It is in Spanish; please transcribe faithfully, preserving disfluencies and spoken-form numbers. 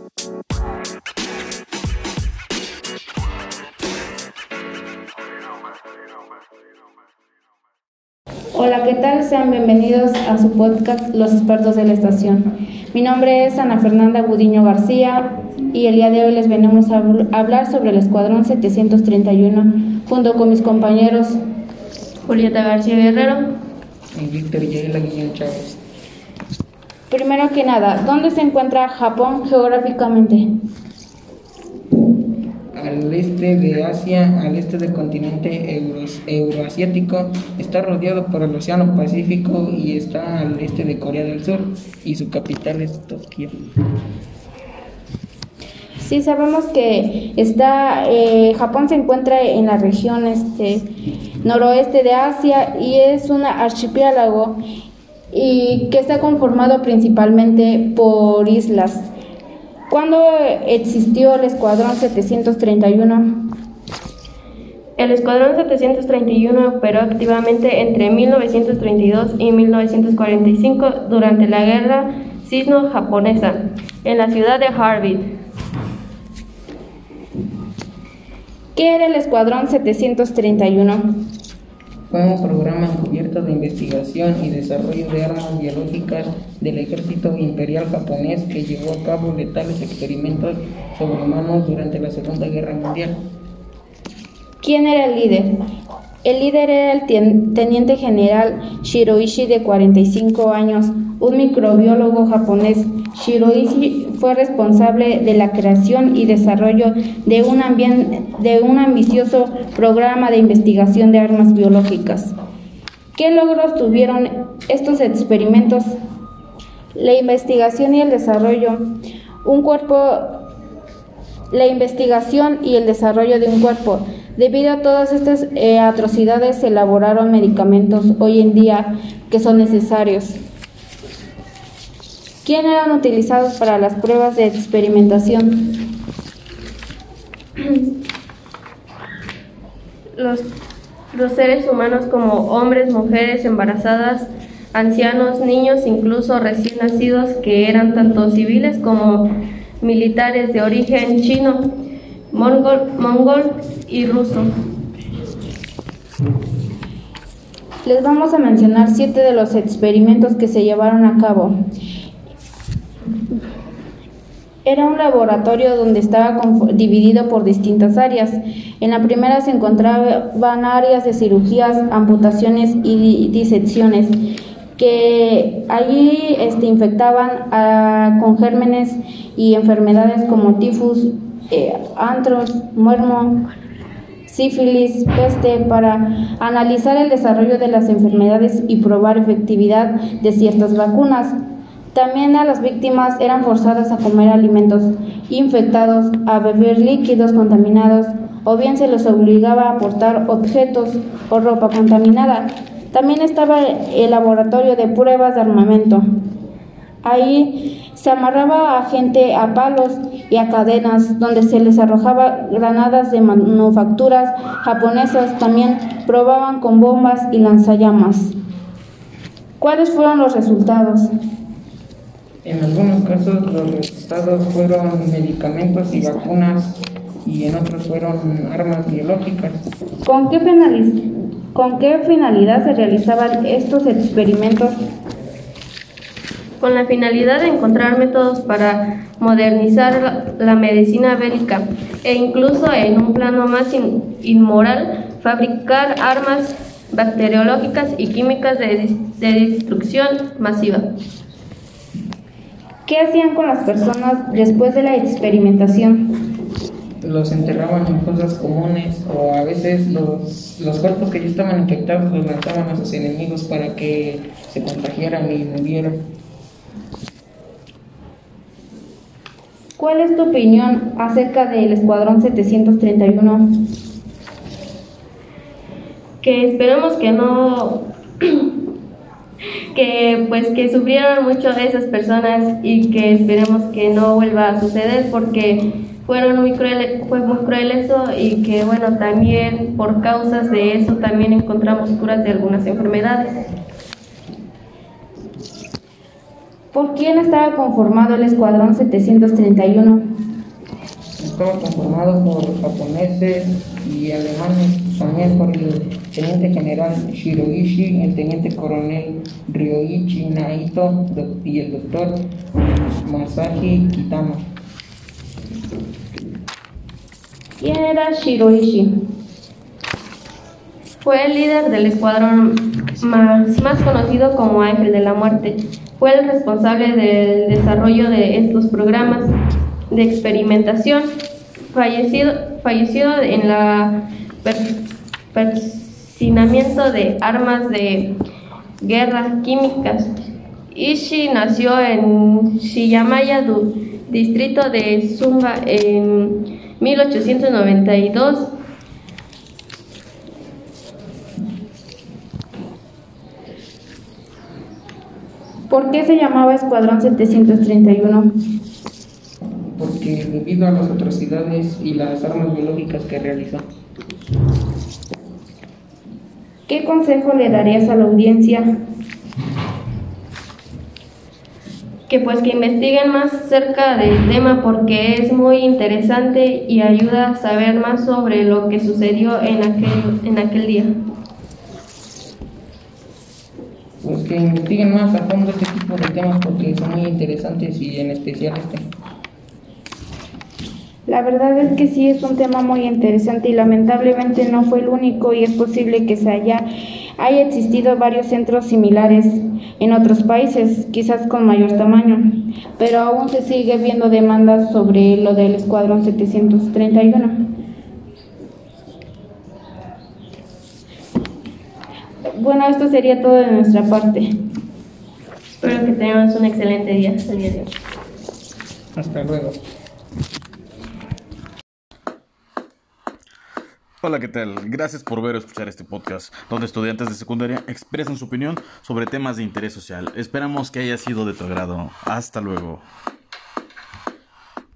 Hola, ¿qué tal? Sean bienvenidos a su podcast Los Expertos de la Estación. Mi nombre es Ana Fernanda Gudiño García y el día de hoy les venimos a hablar sobre el Escuadrón setecientos treinta y uno junto con mis compañeros Julieta García Guerrero y Víctor Yaela Guillén Chávez. Primero que nada, ¿dónde se encuentra Japón geográficamente? Al este de Asia, al este del continente euro, euroasiático, está rodeado por el Océano Pacífico y está al este de Corea del Sur y su capital es Tokio. Sí, sabemos que está eh, Japón se encuentra en la región este, noroeste de Asia y es un archipiélago y que está conformado principalmente por islas. ¿Cuándo existió el Escuadrón setecientos treinta y uno? El Escuadrón setecientos treinta y uno operó activamente entre mil novecientos treinta y dos y mil novecientos cuarenta y cinco durante la Guerra Sino-Japonesa en la ciudad de Harbin. ¿Qué era el Escuadrón setecientos treinta y uno? Fue un programa encubierto de investigación y desarrollo de armas biológicas del ejército imperial japonés que llevó a cabo letales experimentos sobre humanos durante la Segunda Guerra Mundial. ¿Quién era el líder? El líder era el teniente general Shiroishi, de cuarenta y cinco años, un microbiólogo japonés. Shiroishi fue responsable de la creación y desarrollo de un, de un ambicioso programa de investigación de armas biológicas. ¿Qué logros tuvieron estos experimentos? La investigación y el desarrollo. Un cuerpo, la investigación y el desarrollo de un cuerpo. Debido a todas estas eh, atrocidades se elaboraron medicamentos hoy en día que son necesarios. ¿Quién eran utilizados para las pruebas de experimentación? Los, los seres humanos como hombres, mujeres, embarazadas, ancianos, niños, incluso recién nacidos que eran tanto civiles como militares de origen chino, mongol, mongol y ruso. Les vamos a mencionar siete de los experimentos que se llevaron a cabo. Era un laboratorio donde estaba dividido por distintas áreas. En la primera se encontraban áreas de cirugías, amputaciones y disecciones, que allí este, infectaban a, con gérmenes y enfermedades como tifus, eh, antros, muermo, sífilis, peste, para analizar el desarrollo de las enfermedades y probar efectividad de ciertas vacunas. También a las víctimas eran forzadas a comer alimentos infectados, a beber líquidos contaminados, o bien se les obligaba a aportar objetos o ropa contaminada. También estaba el laboratorio de pruebas de armamento. Ahí se amarraba a gente a palos y a cadenas, donde se les arrojaba granadas de manufacturas japonesas. También probaban con bombas y lanzallamas. ¿Cuáles fueron los resultados? En algunos casos los resultados fueron medicamentos y vacunas y en otros fueron armas biológicas. ¿Con qué, finaliz- ¿Con qué finalidad se realizaban estos experimentos? Con la finalidad de encontrar métodos para modernizar la, la medicina bélica e incluso en un plano más in, inmoral, fabricar armas bacteriológicas y químicas de, de destrucción masiva. ¿Qué hacían con las personas después de la experimentación? Los enterraban en fosas comunes o a veces los, los cuerpos que ya estaban infectados los lanzaban a sus enemigos para que se contagiaran y murieran. ¿Cuál es tu opinión acerca del Escuadrón setecientos treinta y uno? Que esperemos que no, que pues que sufrieron mucho esas personas y que esperemos que no vuelva a suceder porque fueron muy crueles, fue muy cruel eso y que bueno, también por causas de eso también encontramos curas de algunas enfermedades. ¿Por quién estaba conformado el Escuadrón setecientos treinta y uno? Estaba conformado por japoneses y alemanes, también por el teniente general Shiroishi, el teniente coronel Ryoichi Naito y el doctor Masashi Kitano. ¿Quién era Shiroishi? Fue el líder del escuadrón más, más conocido como Ángel de la Muerte. Fue el responsable del desarrollo de estos programas de experimentación, fallecido, fallecido en la per, persinamiento de armas de guerra químicas. Ishii nació en Shiyamaya, distrito de Sumba, en mil ochocientos noventa y dos. ¿Por qué se llamaba Escuadrón setecientos treinta y uno? Porque debido a las atrocidades y las armas biológicas que realizó. ¿Qué consejo le darías a la audiencia? Que pues que investiguen más acerca del tema porque es muy interesante y ayuda a saber más sobre lo que sucedió en aquel, en aquel día. Pues que investiguen más a fondo este tipo de temas porque son muy interesantes y en especial este. La verdad es que sí es un tema muy interesante y lamentablemente no fue el único y es posible que se haya, haya existido varios centros similares en otros países, quizás con mayor tamaño, pero aún se sigue viendo demandas sobre lo del Escuadrón setecientos treinta y uno. Bueno, esto sería todo de nuestra parte. Espero que tengamos un excelente día el día de hoy. Hasta luego. Hola, ¿qué tal? Gracias por ver o escuchar este podcast, donde estudiantes de secundaria expresan su opinión sobre temas de interés social. Esperamos que haya sido de tu agrado. Hasta luego.